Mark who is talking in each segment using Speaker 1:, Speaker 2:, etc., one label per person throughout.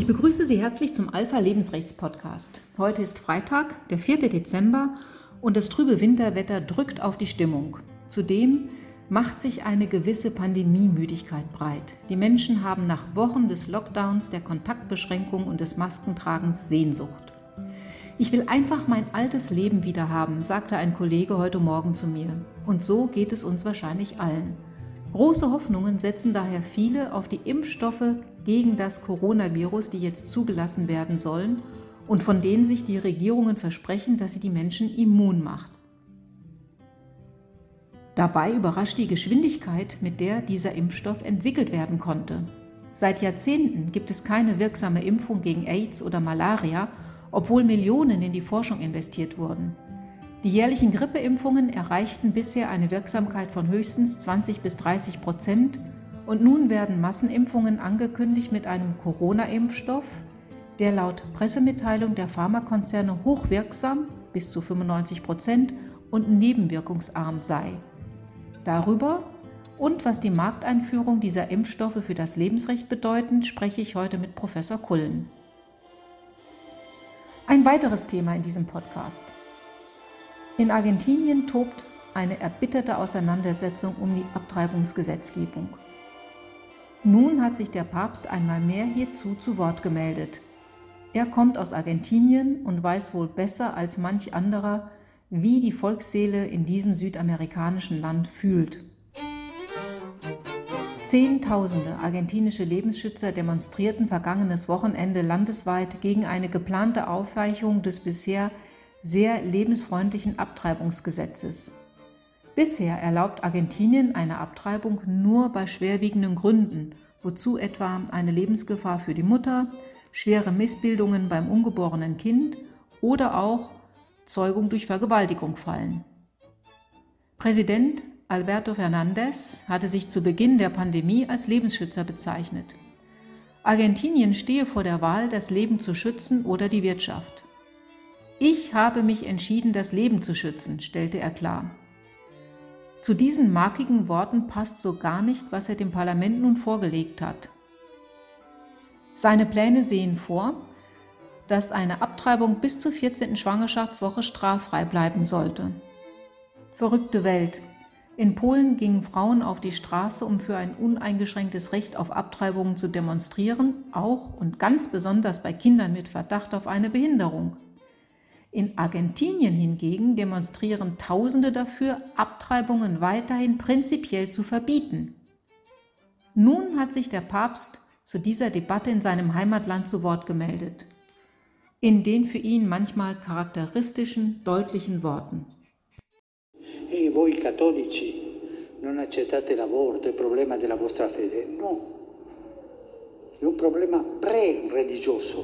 Speaker 1: Ich begrüße Sie herzlich zum Alpha Lebensrechts Podcast. Heute ist Freitag, der 4. Dezember und das trübe Winterwetter drückt auf die Stimmung. Zudem macht sich eine gewisse Pandemiemüdigkeit breit. Die Menschen haben nach Wochen des Lockdowns, der Kontaktbeschränkung und des Maskentragens Sehnsucht. Ich will einfach mein altes Leben wieder haben, sagte ein Kollege heute Morgen zu mir. Und so geht es uns wahrscheinlich allen. Große Hoffnungen setzen daher viele auf die Impfstoffe gegen das Coronavirus, die jetzt zugelassen werden sollen und von denen sich die Regierungen versprechen, dass sie die Menschen immun macht. Dabei überrascht die Geschwindigkeit, mit der dieser Impfstoff entwickelt werden konnte. Seit Jahrzehnten gibt es keine wirksame Impfung gegen AIDS oder Malaria, obwohl Millionen in die Forschung investiert wurden. Die jährlichen Grippeimpfungen erreichten bisher eine Wirksamkeit von höchstens 20-30% und nun werden Massenimpfungen angekündigt mit einem Corona-Impfstoff, der laut Pressemitteilung der Pharmakonzerne hochwirksam bis zu 95% und nebenwirkungsarm sei. Darüber und was die Markteinführung dieser Impfstoffe für das Lebensrecht bedeuten, spreche ich heute mit Professor Kullen. Ein weiteres Thema in diesem Podcast. In Argentinien tobt eine erbitterte Auseinandersetzung um die Abtreibungsgesetzgebung. Nun hat sich der Papst einmal mehr hierzu zu Wort gemeldet. Er kommt aus Argentinien und weiß wohl besser als manch anderer, wie die Volksseele in diesem südamerikanischen Land fühlt. Zehntausende argentinische Lebensschützer demonstrierten vergangenes Wochenende landesweit gegen eine geplante Aufweichung des bisher sehr lebensfreundlichen Abtreibungsgesetzes. Bisher erlaubt Argentinien eine Abtreibung nur bei schwerwiegenden Gründen, wozu etwa eine Lebensgefahr für die Mutter, schwere Missbildungen beim ungeborenen Kind oder auch Zeugung durch Vergewaltigung fallen. Präsident Alberto Fernández hatte sich zu Beginn der Pandemie als Lebensschützer bezeichnet. Argentinien stehe vor der Wahl, das Leben zu schützen oder die Wirtschaft. Ich habe mich entschieden, das Leben zu schützen, stellte er klar. Zu diesen markigen Worten passt so gar nicht, was er dem Parlament nun vorgelegt hat. Seine Pläne sehen vor, dass eine Abtreibung bis zur 14. Schwangerschaftswoche straffrei bleiben sollte. Verrückte Welt. In Polen gingen Frauen auf die Straße, um für ein uneingeschränktes Recht auf Abtreibungen zu demonstrieren, auch und ganz besonders bei Kindern mit Verdacht auf eine Behinderung. In Argentinien hingegen demonstrieren Tausende dafür, Abtreibungen weiterhin prinzipiell zu verbieten. Nun hat sich der Papst zu dieser Debatte in seinem Heimatland zu Wort gemeldet. In den für ihn manchmal charakteristischen, deutlichen Worten.
Speaker 2: E voi cattolici non accettate l'aborto, il problema della vostra fede? No, è un problema pre-religioso.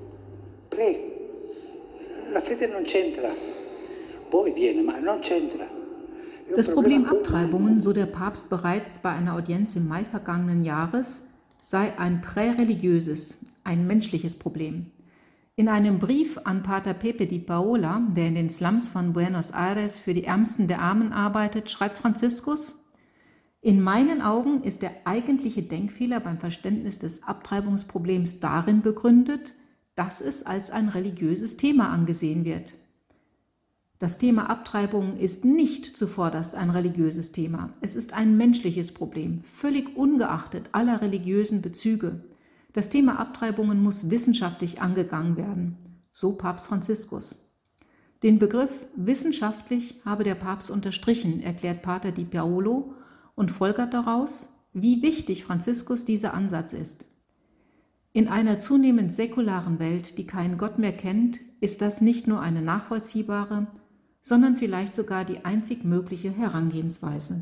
Speaker 2: La fede non c'entra, poi viene, ma non c'entra.
Speaker 1: Das Problem Abtreibungen, so der Papst bereits bei einer Audienz im Mai vergangenen Jahres, sei ein präreligiöses, ein menschliches Problem. In einem Brief an Pater Pepe Di Paola, der in den Slums von Buenos Aires für die Ärmsten der Armen arbeitet, schreibt Franziskus: In meinen Augen ist der eigentliche Denkfehler beim Verständnis des Abtreibungsproblems darin begründet, dass es als ein religiöses Thema angesehen wird. Das Thema Abtreibung ist nicht zuvorderst ein religiöses Thema. Es ist ein menschliches Problem, völlig ungeachtet aller religiösen Bezüge. Das Thema Abtreibungen muss wissenschaftlich angegangen werden, so Papst Franziskus. Den Begriff wissenschaftlich habe der Papst unterstrichen, erklärt Pater Di Paolo und folgert daraus, wie wichtig Franziskus dieser Ansatz ist. In einer zunehmend säkularen Welt, die keinen Gott mehr kennt, ist das nicht nur eine nachvollziehbare, sondern vielleicht sogar die einzig mögliche Herangehensweise.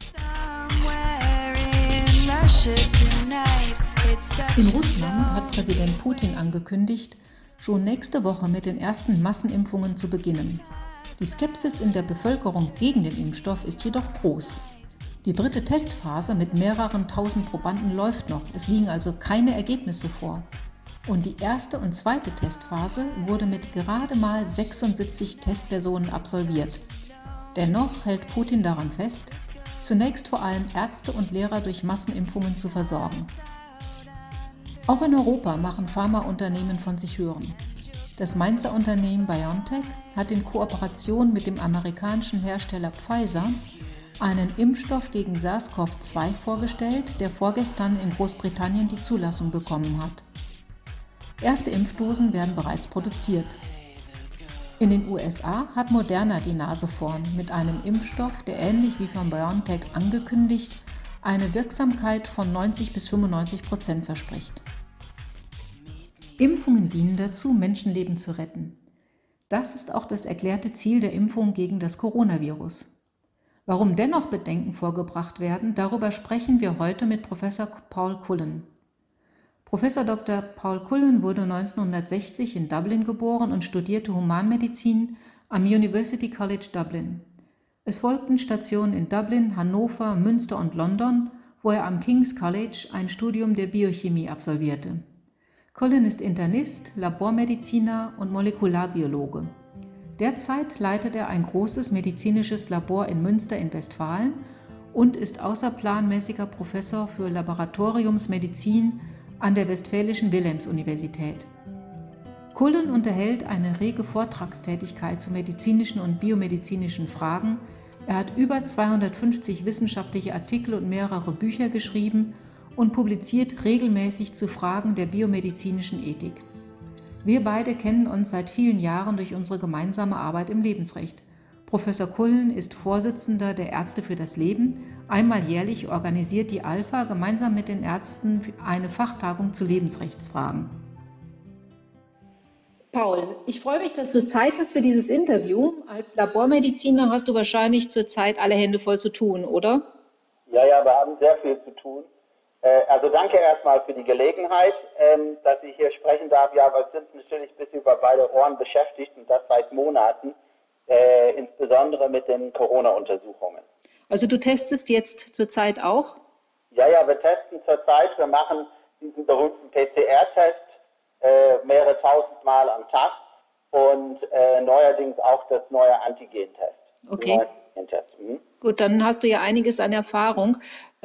Speaker 1: In Russland hat Präsident Putin angekündigt, schon nächste Woche mit den ersten Massenimpfungen zu beginnen. Die Skepsis in der Bevölkerung gegen den Impfstoff ist jedoch groß. Die dritte Testphase mit mehreren tausend Probanden läuft noch, es liegen also keine Ergebnisse vor. Und die erste und zweite Testphase wurde mit gerade mal 76 Testpersonen absolviert. Dennoch hält Putin daran fest, zunächst vor allem Ärzte und Lehrer durch Massenimpfungen zu versorgen. Auch in Europa machen Pharmaunternehmen von sich hören. Das Mainzer Unternehmen BioNTech hat in Kooperation mit dem amerikanischen Hersteller Pfizer einen Impfstoff gegen SARS-CoV-2 vorgestellt, der vorgestern in Großbritannien die Zulassung bekommen hat. Erste Impfdosen werden bereits produziert. In den USA hat Moderna die Nase vorn mit einem Impfstoff, der ähnlich wie von BioNTech angekündigt, eine Wirksamkeit von 90-95% verspricht. Impfungen dienen dazu, Menschenleben zu retten. Das ist auch das erklärte Ziel der Impfung gegen das Coronavirus. Warum dennoch Bedenken vorgebracht werden, darüber sprechen wir heute mit Professor Paul Cullen. Professor Dr. Paul Cullen wurde 1960 in Dublin geboren und studierte Humanmedizin am University College Dublin. Es folgten Stationen in Dublin, Hannover, Münster und London, wo er am King's College ein Studium der Biochemie absolvierte. Cullen ist Internist, Labormediziner und Molekularbiologe. Derzeit leitet er ein großes medizinisches Labor in Münster in Westfalen und ist außerplanmäßiger Professor für Laboratoriumsmedizin an der Westfälischen Wilhelms-Universität. Cullen unterhält eine rege Vortragstätigkeit zu medizinischen und biomedizinischen Fragen. Er hat über 250 wissenschaftliche Artikel und mehrere Bücher geschrieben und publiziert regelmäßig zu Fragen der biomedizinischen Ethik. Wir beide kennen uns seit vielen Jahren durch unsere gemeinsame Arbeit im Lebensrecht. Professor Cullen ist Vorsitzender der Ärzte für das Leben. Einmal jährlich organisiert die ALPHA gemeinsam mit den Ärzten eine Fachtagung zu Lebensrechtsfragen. Paul, ich freue mich, dass du Zeit hast für dieses Interview. Als Labormediziner hast du wahrscheinlich zurzeit alle Hände voll zu tun, oder?
Speaker 3: Ja, wir haben sehr viel zu tun. Also danke erstmal für die Gelegenheit, dass ich hier sprechen darf. Ja, wir sind natürlich ein bisschen über beide Ohren beschäftigt und das seit Monaten, insbesondere mit den Corona-Untersuchungen.
Speaker 1: Also du testest jetzt zurzeit auch?
Speaker 3: Ja, wir testen zurzeit. Wir machen diesen berühmten PCR-Test mehrere tausend Mal am Tag und neuerdings auch das neue Antigen-Test.
Speaker 1: Okay. Gut, dann hast du ja einiges an Erfahrung.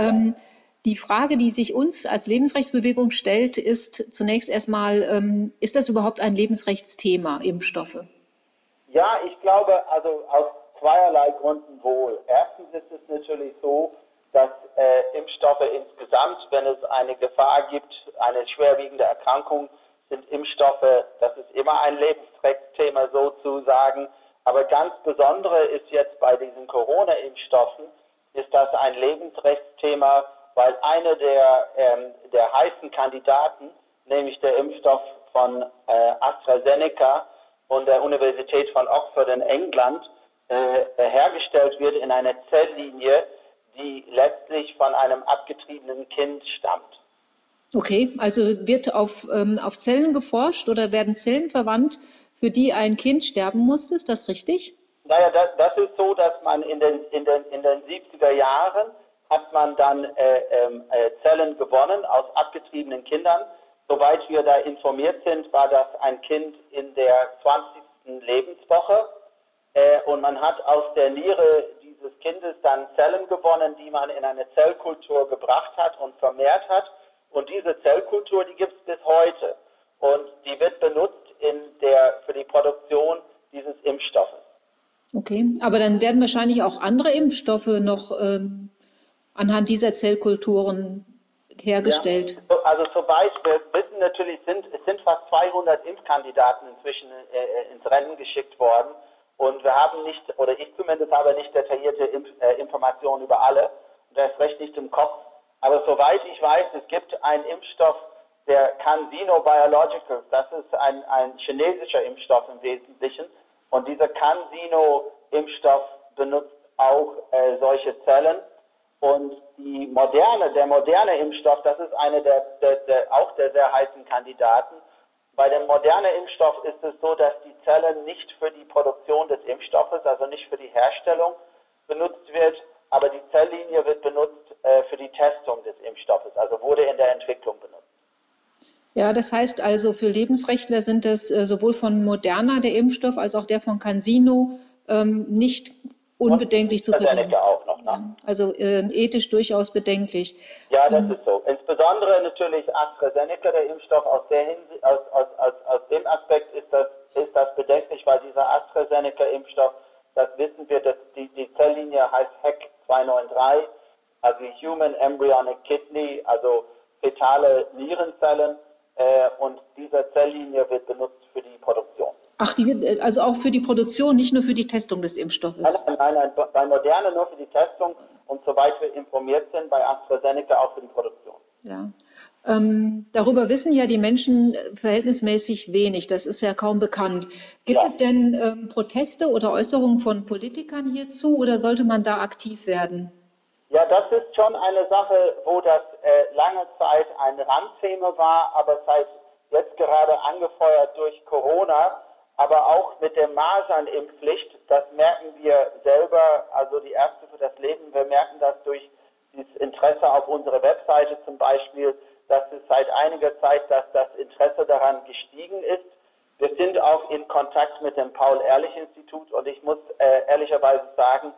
Speaker 1: Die Frage, die sich uns als Lebensrechtsbewegung stellt, ist zunächst erstmal, ist das überhaupt ein Lebensrechtsthema, Impfstoffe?
Speaker 3: Ja, ich glaube, also aus zweierlei Gründen wohl. Erstens ist es natürlich so, dass Impfstoffe insgesamt, wenn es eine Gefahr gibt, eine schwerwiegende Erkrankung, sind Impfstoffe, das ist immer ein Lebensrechtsthema sozusagen. Aber ganz besondere ist jetzt bei diesen Corona-Impfstoffen, ist das ein Lebensrechtsthema, weil einer der heißen Kandidaten, nämlich der Impfstoff von AstraZeneca und der Universität von Oxford in England, hergestellt wird in einer Zelllinie, die letztlich von einem abgetriebenen Kind stammt.
Speaker 1: Okay, also wird auf Zellen geforscht oder werden Zellen verwandt, für die ein Kind sterben musste, ist das richtig?
Speaker 3: Naja, das ist so, dass man in den 70er Jahren hat man dann Zellen gewonnen aus abgetriebenen Kindern. Soweit wir da informiert sind, war das ein Kind in der 20. Lebenswoche und man hat aus der Niere dieses Kindes dann Zellen gewonnen, die man in eine Zellkultur gebracht hat und vermehrt hat. Und diese Zellkultur, die gibt es bis heute und die wird benutzt für die Produktion dieses Impfstoffes.
Speaker 1: Okay, aber dann werden wahrscheinlich auch andere Impfstoffe noch anhand dieser Zellkulturen hergestellt.
Speaker 3: Ja, also soweit wir wissen natürlich, es sind fast 200 Impfkandidaten inzwischen ins Rennen geschickt worden und wir haben nicht, oder ich zumindest habe nicht detaillierte Informationen über alle und erst recht nicht im Kopf. Aber soweit ich weiß, es gibt einen Impfstoff, der CanSino Biologicals, das ist ein chinesischer Impfstoff im Wesentlichen und dieser CanSino-Impfstoff benutzt auch solche Zellen. Und der moderne Impfstoff, das ist einer auch der sehr heißen Kandidaten. Bei dem modernen Impfstoff ist es so, dass die Zelle nicht für die Produktion des Impfstoffes, also nicht für die Herstellung benutzt wird, aber die Zelllinie wird benutzt für die Testung des Impfstoffes, also wurde in der Entwicklung benutzt.
Speaker 1: Ja, das heißt also, für Lebensrechtler sind das sowohl von Moderna der Impfstoff als auch der von CanSino nicht unbedenklich zu verwenden.
Speaker 3: Auch noch. Ne?
Speaker 1: Also ethisch durchaus bedenklich.
Speaker 3: Ja, das ist so. Insbesondere natürlich AstraZeneca, der Impfstoff, aus dem Aspekt ist das bedenklich, weil dieser AstraZeneca-Impfstoff, das wissen wir, dass die Zelllinie heißt HEC 293, also Human Embryonic Kidney, also fetale Nierenzellen, und diese Zelllinie wird benutzt für die Produktion.
Speaker 1: Ach, die wird also auch für die Produktion, nicht nur für die Testung des Impfstoffes?
Speaker 3: Nein, bei Moderna nur für die Testung und soweit wir informiert sind, bei AstraZeneca auch für die Produktion.
Speaker 1: Ja. Darüber wissen ja die Menschen verhältnismäßig wenig, das ist ja kaum bekannt. Gibt es denn Proteste oder Äußerungen von Politikern hierzu oder sollte man da aktiv werden?
Speaker 3: Ja, das ist schon eine Sache, wo das lange Zeit ein Randthema war, aber seit jetzt gerade angefeuert durch Corona, aber auch mit der Masernimpfpflicht, das merken wir selber, also die Ärzte für das Leben, wir merken das durch dieses Interesse auf unsere Webseite zum Beispiel, dass es seit einiger Zeit, dass das Interesse daran gestiegen ist. Wir sind auch in Kontakt mit dem Paul-Ehrlich-Institut und ich muss ehrlicherweise sagen,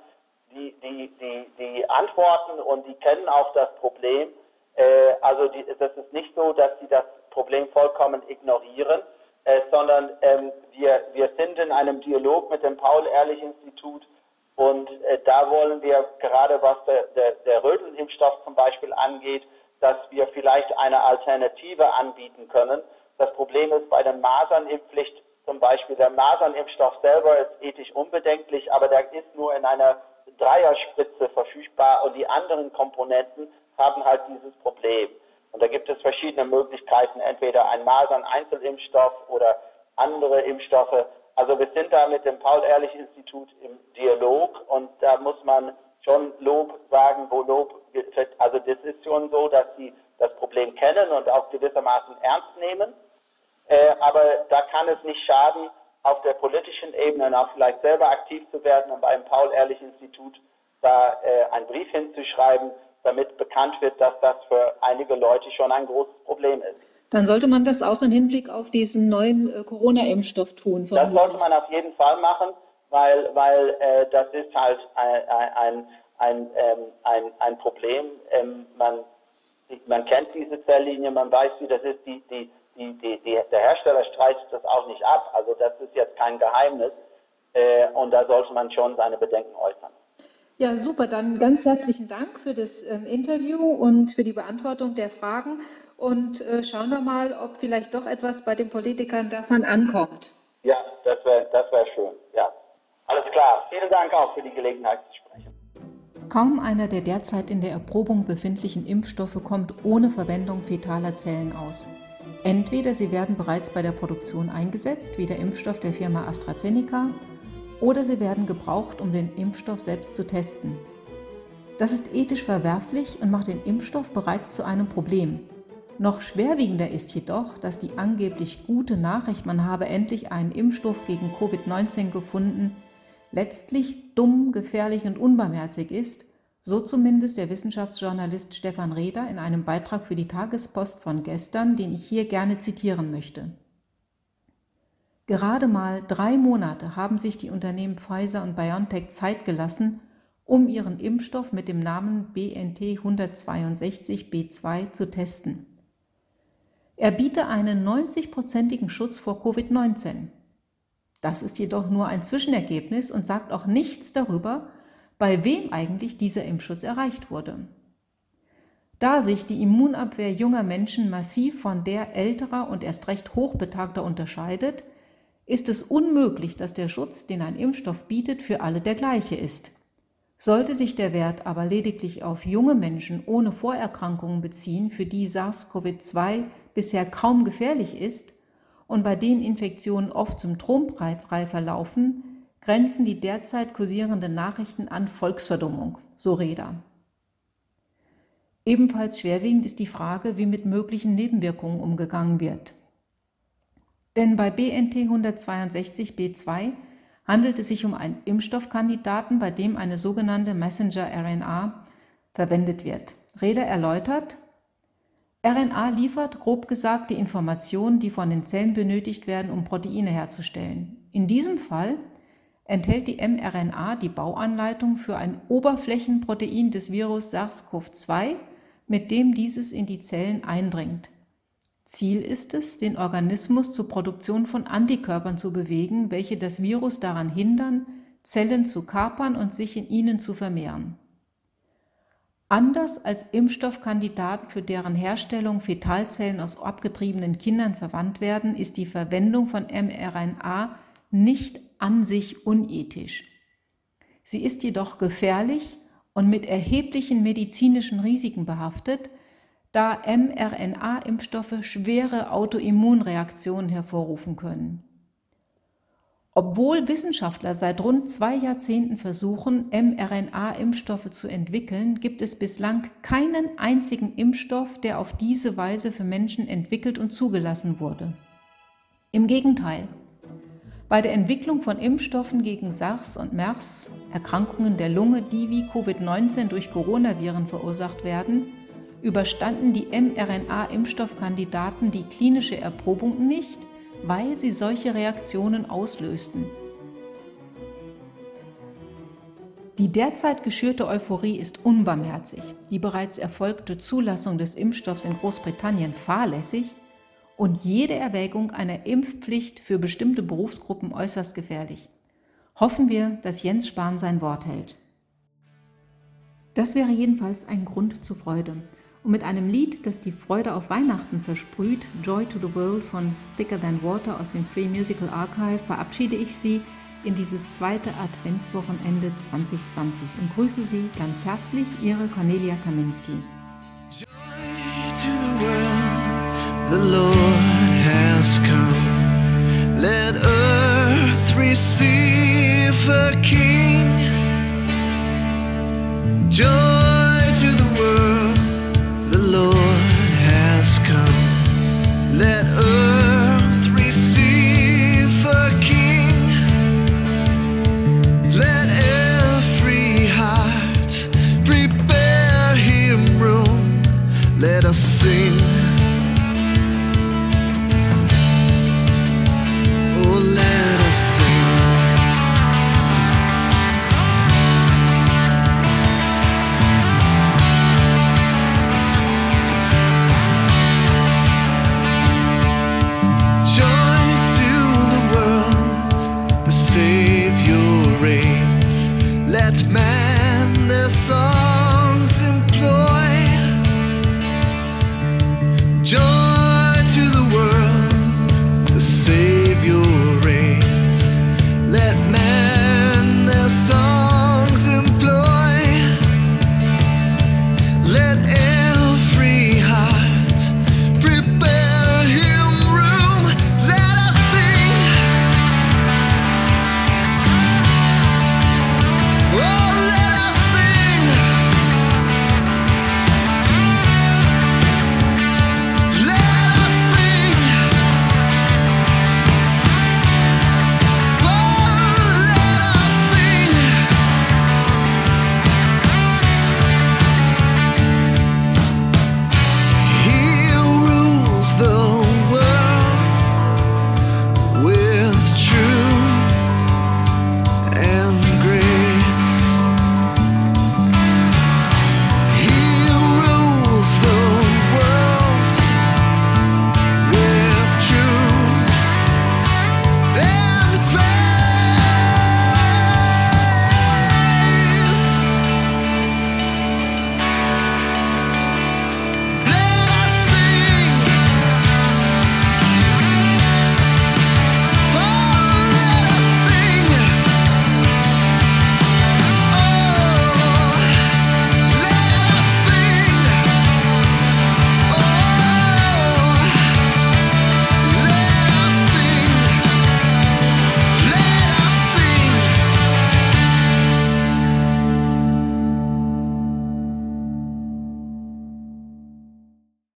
Speaker 3: die antworten und die kennen auch das Problem. Also das ist nicht so, dass sie das Problem vollkommen ignorieren, sondern wir sind in einem Dialog mit dem Paul-Ehrlich-Institut und da wollen wir gerade, was der Rötelnimpfstoff zum Beispiel angeht, dass wir vielleicht eine Alternative anbieten können. Das Problem ist bei der Masernimpfpflicht zum Beispiel, der Masernimpfstoff selber ist ethisch unbedenklich, aber der ist nur in einer Dreierspritze verfügbar und die anderen Komponenten haben halt dieses Problem. Und da gibt es verschiedene Möglichkeiten, entweder ein Masern-Einzelimpfstoff oder andere Impfstoffe. Also wir sind da mit dem Paul-Ehrlich-Institut im Dialog und da muss man schon Lob sagen, wo Lob, also das ist schon so, dass sie das Problem kennen und auch gewissermaßen ernst nehmen. Aber da kann es nicht schaden, auf der politischen Ebene und auch vielleicht selber aktiv zu werden und beim Paul-Ehrlich-Institut da einen Brief hinzuschreiben, damit bekannt wird, dass das für einige Leute schon ein großes Problem ist.
Speaker 1: Dann sollte man das auch im Hinblick auf diesen neuen Corona-Impfstoff tun.
Speaker 3: Das sollte man auf jeden Fall machen, weil das ist halt ein Problem. Man kennt diese Zelllinie, man weiß, wie das ist. Der Hersteller streitet das auch nicht ab. Also das ist jetzt kein Geheimnis. Und da sollte man schon seine Bedenken äußern.
Speaker 1: Ja, super. Dann ganz herzlichen Dank für das Interview und für die Beantwortung der Fragen. Und schauen wir mal, ob vielleicht doch etwas bei den Politikern davon ankommt.
Speaker 3: Ja, das wär schön. Ja, alles klar. Vielen Dank auch für die Gelegenheit zu sprechen.
Speaker 1: Kaum einer der derzeit in der Erprobung befindlichen Impfstoffe kommt ohne Verwendung fetaler Zellen aus. Entweder sie werden bereits bei der Produktion eingesetzt, wie der Impfstoff der Firma AstraZeneca, oder sie werden gebraucht, um den Impfstoff selbst zu testen. Das ist ethisch verwerflich und macht den Impfstoff bereits zu einem Problem. Noch schwerwiegender ist jedoch, dass die angeblich gute Nachricht, man habe endlich einen Impfstoff gegen Covid-19 gefunden, letztlich dumm, gefährlich und unbarmherzig ist, so zumindest der Wissenschaftsjournalist Stefan Reder in einem Beitrag für die Tagespost von gestern, den ich hier gerne zitieren möchte. Gerade mal 3 Monate haben sich die Unternehmen Pfizer und BioNTech Zeit gelassen, um ihren Impfstoff mit dem Namen BNT162b2 zu testen. Er biete einen 90-prozentigen Schutz vor Covid-19. Das ist jedoch nur ein Zwischenergebnis und sagt auch nichts darüber, bei wem eigentlich dieser Impfschutz erreicht wurde. Da sich die Immunabwehr junger Menschen massiv von der älterer und erst recht Hochbetagter unterscheidet, ist es unmöglich, dass der Schutz, den ein Impfstoff bietet, für alle der gleiche ist. Sollte sich der Wert aber lediglich auf junge Menschen ohne Vorerkrankungen beziehen, für die SARS-CoV-2 bisher kaum gefährlich ist und bei denen Infektionen oft symptomfrei verlaufen, grenzen die derzeit kursierenden Nachrichten an Volksverdummung, so Reder. Ebenfalls schwerwiegend ist die Frage, wie mit möglichen Nebenwirkungen umgegangen wird. Denn bei BNT162b2 handelt es sich um einen Impfstoffkandidaten, bei dem eine sogenannte Messenger-RNA verwendet wird. Reder erläutert, RNA liefert, grob gesagt, die Informationen, die von den Zellen benötigt werden, um Proteine herzustellen. In diesem Fall enthält die mRNA die Bauanleitung für ein Oberflächenprotein des Virus SARS-CoV-2, mit dem dieses in die Zellen eindringt. Ziel ist es, den Organismus zur Produktion von Antikörpern zu bewegen, welche das Virus daran hindern, Zellen zu kapern und sich in ihnen zu vermehren. Anders als Impfstoffkandidaten, für deren Herstellung Fetalzellen aus abgetriebenen Kindern verwandt werden, ist die Verwendung von mRNA nicht an sich unethisch. Sie ist jedoch gefährlich und mit erheblichen medizinischen Risiken behaftet, da mRNA-Impfstoffe schwere Autoimmunreaktionen hervorrufen können. Obwohl Wissenschaftler seit rund 2 Jahrzehnten versuchen, mRNA-Impfstoffe zu entwickeln, gibt es bislang keinen einzigen Impfstoff, der auf diese Weise für Menschen entwickelt und zugelassen wurde. Im Gegenteil, bei der Entwicklung von Impfstoffen gegen SARS und MERS, Erkrankungen der Lunge, die wie Covid-19 durch Coronaviren verursacht werden, überstanden die mRNA-Impfstoffkandidaten die klinische Erprobung nicht, weil sie solche Reaktionen auslösten. Die derzeit geschürte Euphorie ist unbarmherzig, die bereits erfolgte Zulassung des Impfstoffs in Großbritannien fahrlässig und jede Erwägung einer Impfpflicht für bestimmte Berufsgruppen äußerst gefährlich. Hoffen wir, dass Jens Spahn sein Wort hält. Das wäre jedenfalls ein Grund zur Freude. Und mit einem Lied, das die Freude auf Weihnachten versprüht, Joy to the World von Thicker Than Water aus dem Free Musical Archive, verabschiede ich Sie in dieses zweite Adventswochenende 2020 und grüße Sie ganz herzlich, Ihre Cornelia Kaminski.
Speaker 4: Joy to the world, the Lord has come. Let earth receive her King. Joy to the world.